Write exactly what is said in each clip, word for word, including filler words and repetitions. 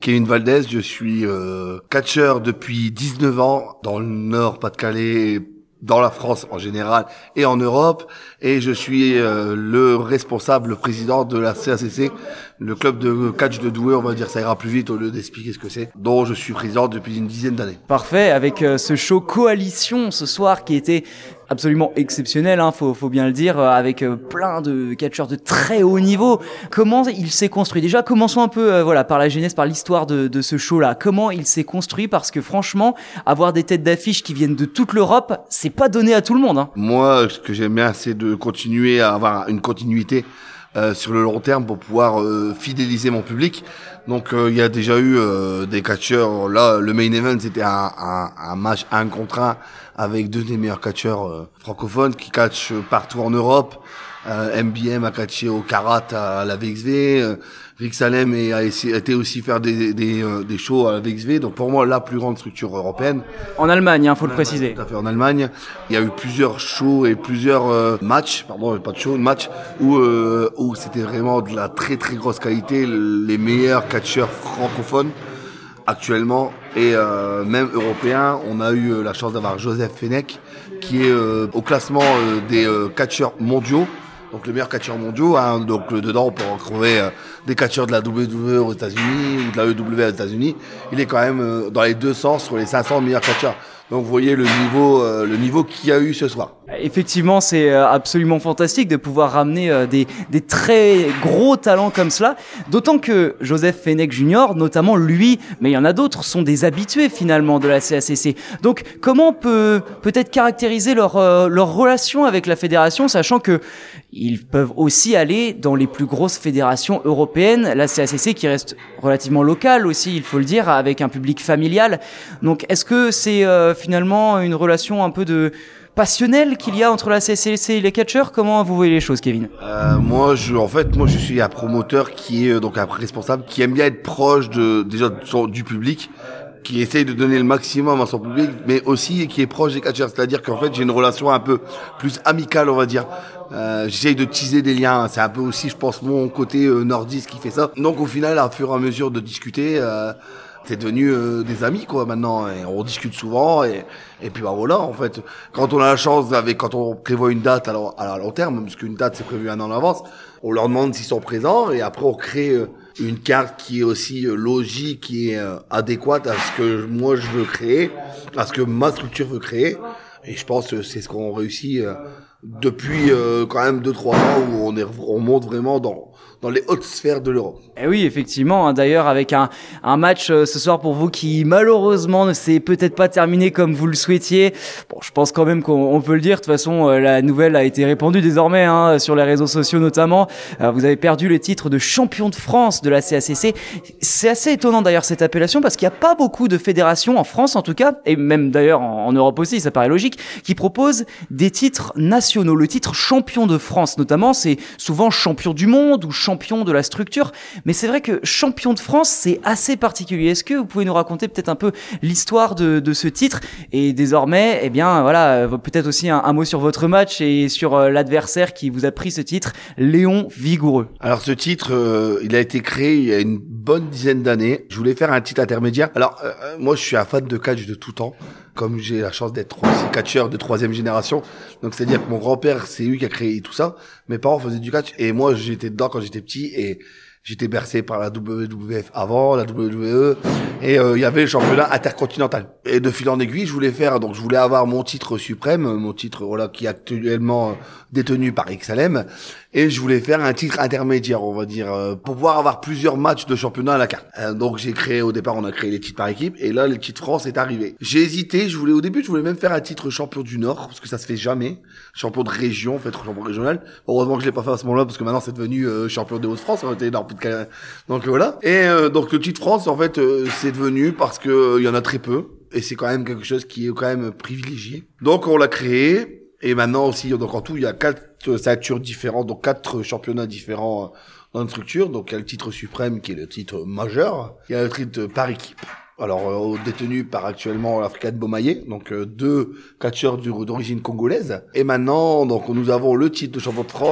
Kevin Valdez, je suis euh, catcheur depuis dix-neuf ans dans le Nord, Pas-de-Calais, dans la France en général et en Europe, et je suis euh, le responsable, le président de la C A C C, le club de catch de Douai, on va dire, ça ira plus vite au lieu d'expliquer ce que c'est, dont je suis président depuis une dizaine d'années. Parfait, avec euh, ce show Coalition ce soir qui était absolument exceptionnel, hein, faut, faut bien le dire, avec euh, plein de catcheurs de très haut niveau. Comment il s'est construit? Déjà, commençons un peu euh, voilà, par la genèse, par l'histoire de, de ce show-là. Comment il s'est construit? Parce que franchement, avoir des têtes d'affiche qui viennent de toute l'Europe, c'est pas donné à tout le monde. Hein. Moi, ce que j'aime bien, c'est de continuer à avoir une continuité euh, sur le long terme pour pouvoir euh, fidéliser mon public. Donc, il euh, y a déjà eu euh, des catcheurs. Là, le main event, c'était un, un, un match un contre un avec deux des meilleurs catcheurs euh, francophones qui catchent partout en Europe. Euh, M B M a catché au Karat à la V X V. Euh, Rick Salem a, a été aussi faire des, des, euh, des shows à la V X V. Donc, pour moi, la plus grande structure européenne. En Allemagne, hein, faut en le Allemagne, préciser. Tout à fait, en Allemagne. Il y a eu plusieurs shows et plusieurs euh, matchs, pardon, pas de shows, matchs où, euh, où c'était vraiment de la très très grosse qualité, les meilleurs catcheurs francophones actuellement et euh, même européens. On a eu la chance d'avoir Joseph Fenech qui est euh, au classement euh, des euh, catcheurs mondiaux. Donc les meilleurs catcheurs mondiaux, hein, donc dedans on peut retrouver euh, des catcheurs de la W W E aux États-Unis ou de la E W aux États-Unis. Il est quand même euh, dans les deux cents sur les cinq cents meilleurs catcheurs. Donc vous voyez le niveau, euh, le niveau qu'il y a eu ce soir. Effectivement, c'est absolument fantastique de pouvoir ramener euh, des, des très gros talents comme cela. D'autant que Joseph Fenech Junior, notamment lui, mais il y en a d'autres, sont des habitués finalement de la C A C C. Donc comment on peut peut-être caractériser leur, euh, leur relation avec la fédération, sachant que ils peuvent aussi aller dans les plus grosses fédérations européennes, la C A C C qui reste relativement locale aussi, il faut le dire, avec un public familial. Donc est-ce que c'est euh, finalement une relation un peu de passionnelle qu'il y a entre la C A C C et les catcheurs? Comment vous voyez les choses, Kevin? euh, Moi, je, en fait, moi, je suis un promoteur qui est donc un responsable qui aime bien être proche de déjà du public, qui essaye de donner le maximum à son public, mais aussi qui est proche des catcheurs. C'est-à-dire qu'en fait, j'ai une relation un peu plus amicale, on va dire. Euh, j'essaye de teaser des liens. C'est un peu aussi, je pense, mon côté euh, nordiste qui fait ça. Donc, au final, à fur et à mesure de discuter, euh, c'est devenu euh, des amis, quoi, maintenant. Et on discute souvent. Et, et puis, bah voilà, en fait, quand on a la chance, avec, quand on prévoit une date à, long, à long terme, parce qu'une date, c'est prévu un an en avance, on leur demande s'ils sont présents. Et après, on crée euh, une carte qui est aussi euh, logique, qui est euh, adéquate à ce que moi, je veux créer, à ce que ma structure veut créer. Et je pense que c'est ce qu'on réussit euh, depuis euh, quand même deux trois ans où on est on monte vraiment dans dans les hautes sphères de l'Europe. Et oui, effectivement, hein, d'ailleurs avec un un match euh, ce soir pour vous qui malheureusement ne s'est peut-être pas terminé comme vous le souhaitiez. Bon, je pense quand même qu'on on peut le dire. De toute façon, euh, la nouvelle a été répandue désormais hein, sur les réseaux sociaux notamment. Euh, vous avez perdu le titre de champion de France de la C A C C. C'est assez étonnant d'ailleurs cette appellation parce qu'il n'y a pas beaucoup de fédérations en France en tout cas, et même d'ailleurs en, en Europe aussi, ça paraît logique, qui proposent des titres nationaux. Le titre champion de France notamment, c'est souvent champion du monde ou champion de la structure, mais c'est vrai que champion de France, c'est assez particulier. Est-ce que vous pouvez nous raconter peut-être un peu l'histoire de, de ce titre et désormais, eh bien voilà, peut-être aussi un, un mot sur votre match et sur euh, l'adversaire qui vous a pris ce titre, Léon Vigoureux. Alors ce titre, euh, il a été créé il y a une bonne dizaine d'années. Je voulais faire un titre intermédiaire. Alors euh, moi, je suis un fan de catch de tout temps. Comme j'ai la chance d'être aussi catcheur de troisième génération, donc c'est-à-dire que mon grand-père, c'est lui qui a créé tout ça. Mes parents faisaient du catch et moi, j'étais dedans quand j'étais petit et j'étais bercé par la W W F avant, la W W E, et euh, il y avait le championnat intercontinental. Et de fil en aiguille, je voulais faire, donc je voulais avoir mon titre suprême, mon titre voilà qui est actuellement détenu par X L M, et je voulais faire un titre intermédiaire, on va dire, euh, pour pouvoir avoir plusieurs matchs de championnat à la carte. Euh, donc j'ai créé, au départ, on a créé les titres par équipe, et là, le titre France est arrivé. J'ai hésité, je voulais, au début, je voulais même faire un titre champion du Nord, parce que ça se fait jamais, champion de région, en fait, champion régional. Heureusement que je l'ai pas fait à ce moment-là, parce que maintenant c'est devenu euh, champion des Hauts-de-France, on était dans plus de... donc voilà. Et euh, donc le titre France, en fait, euh, c'est devenu parce que euh, il y en a très peu, et c'est quand même quelque chose qui est quand même privilégié. Donc on l'a créé. Et maintenant aussi, donc en tout, il y a quatre ceintures différentes, donc quatre championnats différents dans une structure. Donc il y a le titre suprême qui est le titre majeur. Il y a le titre par équipe. Alors euh, détenu par actuellement l'Africain de Beaumaillé, donc euh, deux catcheurs d'origine congolaise. Et maintenant, donc nous avons le titre de champion de France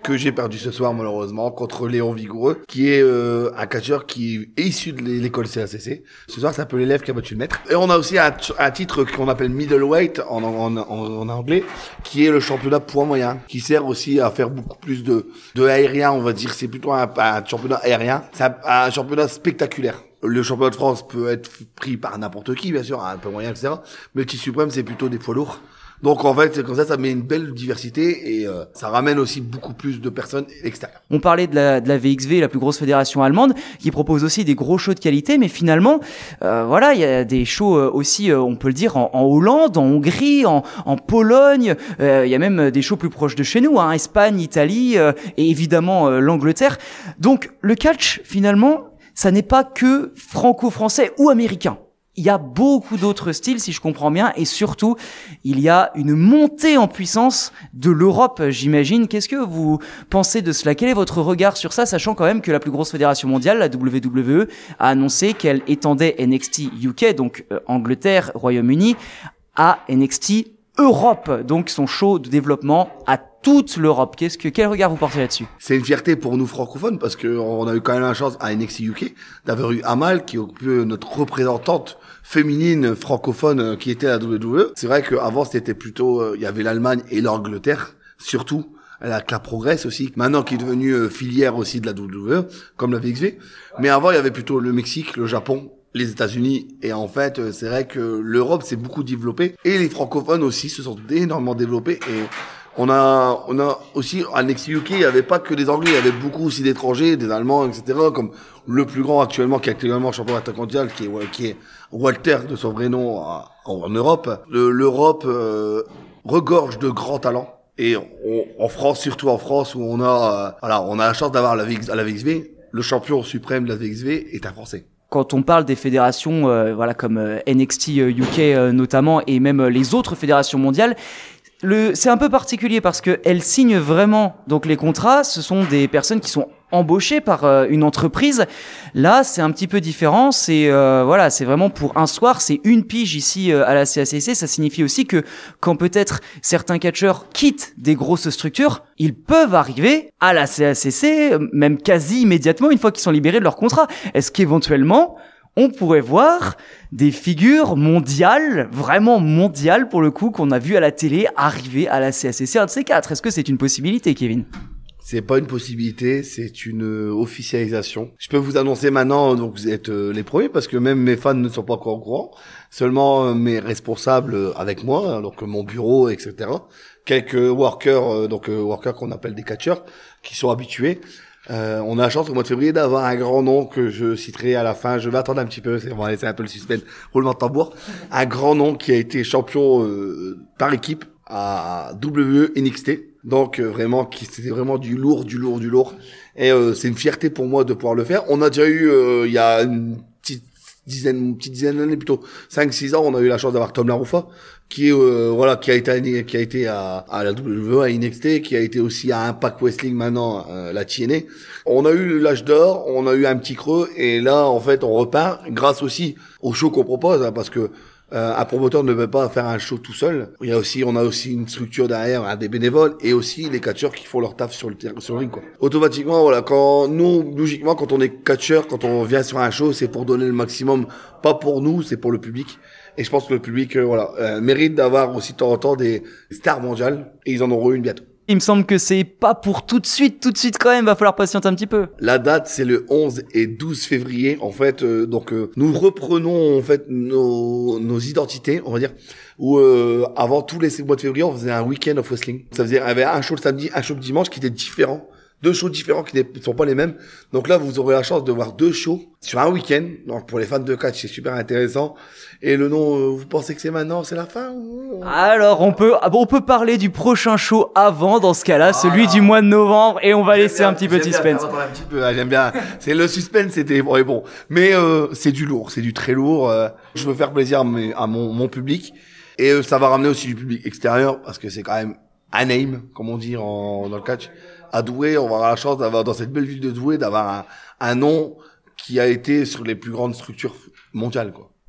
que j'ai perdu ce soir malheureusement contre Léon Vigoureux, qui est euh, un catcheur qui est issu de l'école C A C C. Ce soir, c'est un peu l'élève qui a battu le maître. Et on a aussi un, un titre qu'on appelle middleweight en, en, en, en anglais, qui est le championnat poids moyen, qui sert aussi à faire beaucoup plus de, de aérien, on va dire. C'est plutôt un, un championnat aérien. C'est un, un championnat spectaculaire. Le championnat de France peut être pris par n'importe qui, bien sûr, un peu moyen, et cetera. Mais le titre suprême, c'est plutôt des poids lourds. Donc en fait, c'est comme ça, ça met une belle diversité et euh, ça ramène aussi beaucoup plus de personnes extérieures. On parlait de la, de la V X V, la plus grosse fédération allemande, qui propose aussi des gros shows de qualité, mais finalement, euh, voilà, il y a des shows euh, aussi, euh, on peut le dire, en, en Hollande, en Hongrie, en, en Pologne. Euh, il y a même des shows plus proches de chez nous, hein, Espagne, Italie euh, et évidemment euh, l'Angleterre. Donc le catch, finalement, ça n'est pas que franco-français ou américain. Il y a beaucoup d'autres styles, si je comprends bien, et surtout, il y a une montée en puissance de l'Europe, j'imagine. Qu'est-ce que vous pensez de cela? Quel est votre regard sur ça, sachant quand même que la plus grosse fédération mondiale, la W W E, a annoncé qu'elle étendait N X T U K, donc euh, Angleterre, Royaume-Uni, à N X T Europe, donc son show de développement à toute l'Europe. Qu'est-ce que, quel regard vous portez là-dessus? C'est une fierté pour nous francophones parce que on a eu quand même la chance à N X T U K d'avoir eu Amal qui occupe notre représentante féminine francophone qui était à la W W E. C'est vrai qu'avant c'était plutôt, il y avait l'Allemagne et l'Angleterre, surtout. Avec la Progress aussi, maintenant qui est devenue euh, filière aussi de la W W E, comme la V X V. Mais avant, il y avait plutôt le Mexique, le Japon, les États-Unis. Et en fait, euh, c'est vrai que l'Europe s'est beaucoup développée. Et les francophones aussi se sont énormément développés. Et on a, on a aussi, à N X T U K, il n'y avait pas que des Anglais, il y avait beaucoup aussi d'étrangers, des Allemands, et cetera. Comme le plus grand actuellement, qui est actuellement champion intercontinental, qui est, qui est Walter, de son vrai nom, en, en Europe. Le, L'Europe euh, regorge de grands talents. Et on, en France, surtout en France, où on a, euh, voilà, on a la chance d'avoir la V X, à la V X V, le champion suprême de la V X V est un Français. Quand on parle des fédérations, euh, voilà, comme euh, N X T U K euh, notamment, et même euh, les autres fédérations mondiales, le, c'est un peu particulier parce que elles signent vraiment donc les contrats. Ce sont des personnes qui sont embauchées par euh, une entreprise. Là, c'est un petit peu différent. C'est euh, voilà, c'est vraiment pour un soir. C'est une pige ici euh, à la C A C C. Ça signifie aussi que quand peut-être certains catcheurs quittent des grosses structures, ils peuvent arriver à la C A C C, même quasi immédiatement une fois qu'ils sont libérés de leur contrat. Est-ce qu'éventuellement on pourrait voir des figures mondiales, vraiment mondiales pour le coup, qu'on a vu à la télé arriver à la C A C C un de ces quatre? Est-ce que c'est une possibilité, Kevin? C'est pas une possibilité, c'est une officialisation. Je peux vous annoncer maintenant, donc vous êtes euh, les premiers, parce que même mes fans ne sont pas encore au courant. Seulement euh, mes responsables euh, avec moi, donc euh, mon bureau, et cetera. Quelques workers, euh, donc euh, workers qu'on appelle des catcheurs, qui sont habitués. Euh, on a la chance au mois de février d'avoir un grand nom que je citerai à la fin. Je vais attendre un petit peu, on va laisser un peu le suspense, roulement de tambour. Un grand nom qui a été champion euh, par équipe à W W E N X T. Donc euh, vraiment, qui c'était vraiment du lourd, du lourd, du lourd. Et euh, c'est une fierté pour moi de pouvoir le faire. On a déjà eu, euh, il y a une petite dizaine, une petite dizaine d'années plutôt, cinq six ans, on a eu la chance d'avoir Tom Laroufa, qui est euh, voilà, qui a été qui a été à, à la W W E, à N X T, qui a été aussi à Impact Wrestling maintenant, euh, la T N A. On a eu l'âge d'or, on a eu un petit creux, et là en fait on repart grâce aussi au show qu'on propose, hein, parce que Euh, un promoteur ne peut pas faire un show tout seul. Il y a aussi, on a aussi une structure derrière, hein, des bénévoles et aussi les catcheurs qui font leur taf sur le terrain, sur le ring, quoi. Automatiquement, voilà, quand nous, logiquement, quand on est catcheur, quand on vient sur un show, c'est pour donner le maximum, pas pour nous, c'est pour le public. Et je pense que le public, euh, voilà, euh, mérite d'avoir aussi de temps en temps des stars mondiales et ils en auront une bientôt. Il me semble que c'est pas pour tout de suite, tout de suite quand même, va falloir patienter un petit peu. La date, c'est le onze et douze février, en fait, euh, donc euh, nous reprenons en fait nos, nos identités, on va dire, où euh, avant tous les mois de février, on faisait un week-end of wrestling. Ça faisait, il y avait un show le samedi, un show le dimanche qui était différent. Deux shows différents qui ne sont pas les mêmes. Donc là, vous aurez la chance de voir deux shows sur un week-end. Donc pour les fans de catch, c'est super intéressant. Et le nom, euh, vous pensez que c'est maintenant, c'est la fin ou... Alors on peut, on peut parler du prochain show avant dans ce cas-là, ah, celui du mois de novembre, et on va laisser bien, un petit peu de suspense. Bien, un petit peu, j'aime bien. C'est le suspense, c'était bon et bon. Mais euh, c'est du lourd, c'est du très lourd. Euh, je veux faire plaisir à, mes, à mon, mon public et euh, ça va ramener aussi du public extérieur parce que c'est quand même un name, comme on dit en, dans le catch. À Douai, on va avoir la chance d'avoir dans cette belle ville de Douai d'avoir un, un nom qui a été sur les plus grandes structures mondiales, quoi.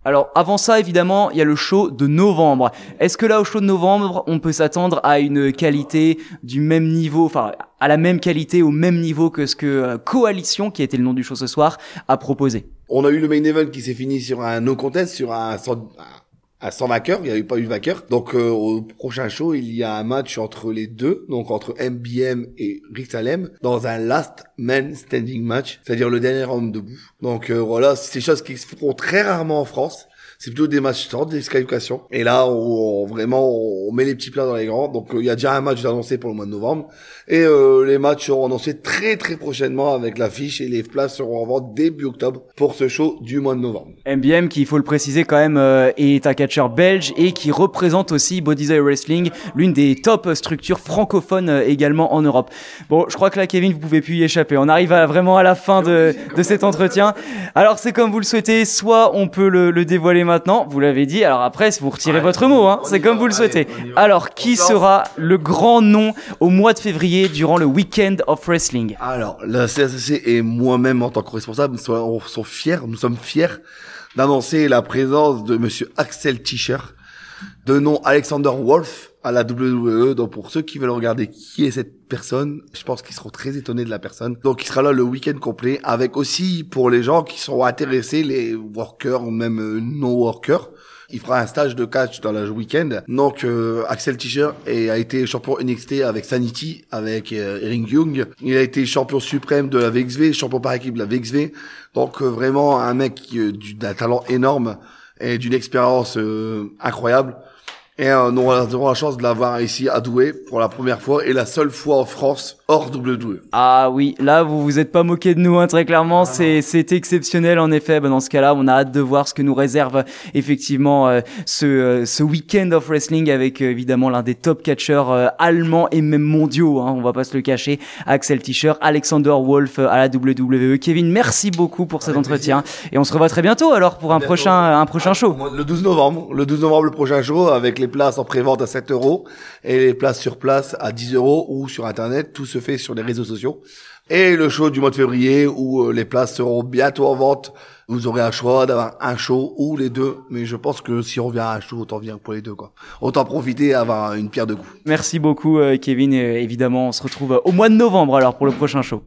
Alors avant ça, évidemment, il y a le show de novembre. Est-ce que là, au show de novembre, on peut s'attendre à une qualité du même niveau, enfin à la même qualité, au même niveau que ce que euh, Coalition, qui était le nom du show ce soir, a proposé? On a eu le main event qui s'est fini sur un no contest, sur un sans, un sans vainqueur. Il n'y a eu pas eu de vainqueur. Donc euh, au prochain show, il y a un match entre les deux, donc entre M B M et Rick Salem, dans un last man standing match, c'est-à-dire le dernier homme debout. Donc euh, voilà, c'est des choses qui se font très rarement en France. C'est plutôt des matchs sans disqualification. Et là, on, on vraiment, on met les petits plats dans les grands. Donc, il euh, y a déjà un match annoncé pour le mois de novembre. Et euh, les matchs seront annoncés très très prochainement avec l'affiche. Et les places seront en vente début octobre pour ce show du mois de novembre. M B M, qui, il faut le préciser quand même, euh, est un catcheur belge et qui représente aussi Bodyzai Wrestling, l'une des top structures francophones euh, également en Europe. Bon, je crois que là, Kevin, vous pouvez plus y échapper. On arrive à, vraiment à la fin de, de cet entretien. Alors, c'est comme vous le souhaitez. Soit on peut le, le dévoiler maintenant, vous l'avez dit. Alors après, vous retirez ouais, votre mot, hein. C'est comme va, vous le souhaitez. Allez, alors, qui sera le grand nom au mois de février durant le Weekend of Wrestling? Alors, la C S C C et moi-même en tant que responsable, nous sommes, sont fiers, nous sommes fiers d'annoncer la présence de Monsieur Axel Tischer, de nom Alexander Wolf, à la W W E. Donc pour ceux qui veulent regarder qui est cette personne, je pense qu'ils seront très étonnés de la personne. Donc il sera là le week-end complet, avec aussi pour les gens qui sont intéressés, les workers ou même non-workers. Il fera un stage de catch dans le week-end. Donc euh, Axel Tischer a été champion N X T avec Sanity, avec euh, Ring Young. Il a été champion suprême de la V X V, champion par équipe de la V X V. Donc euh, vraiment un mec euh, d'un talent énorme et d'une expérience euh, incroyable. Et euh, nous aurons la chance de l'avoir ici à Douai pour la première fois et la seule fois en France hors W W E. Ah oui, là vous vous êtes pas moqué de nous, hein, très clairement, ah c'est c'est exceptionnel en effet. Ben, dans ce cas-là, on a hâte de voir ce que nous réserve effectivement euh, ce euh, ce weekend of wrestling avec euh, évidemment l'un des top catcheurs euh, allemands et même mondiaux, hein, on va pas se le cacher, Axel Tischer, Alexander Wolf euh, à la W W E. Kevin, merci beaucoup pour cet avec entretien plaisir. Et on se revoit très bientôt alors pour un bientôt. prochain un prochain show. Le douze novembre, le douze novembre le prochain show avec les places en pré-vente à sept euros et les places sur place à dix euros ou sur internet. Tout se fait sur les réseaux sociaux. Et le show du mois de février où euh, les places seront bientôt en vente. Vous aurez un choix d'avoir un show ou les deux. Mais je pense que si on vient à un show, autant venir pour les deux, quoi. Autant profiter et avoir une pierre de coups. Merci beaucoup, euh, Kevin. Et, évidemment, on se retrouve au mois de novembre alors pour le prochain show.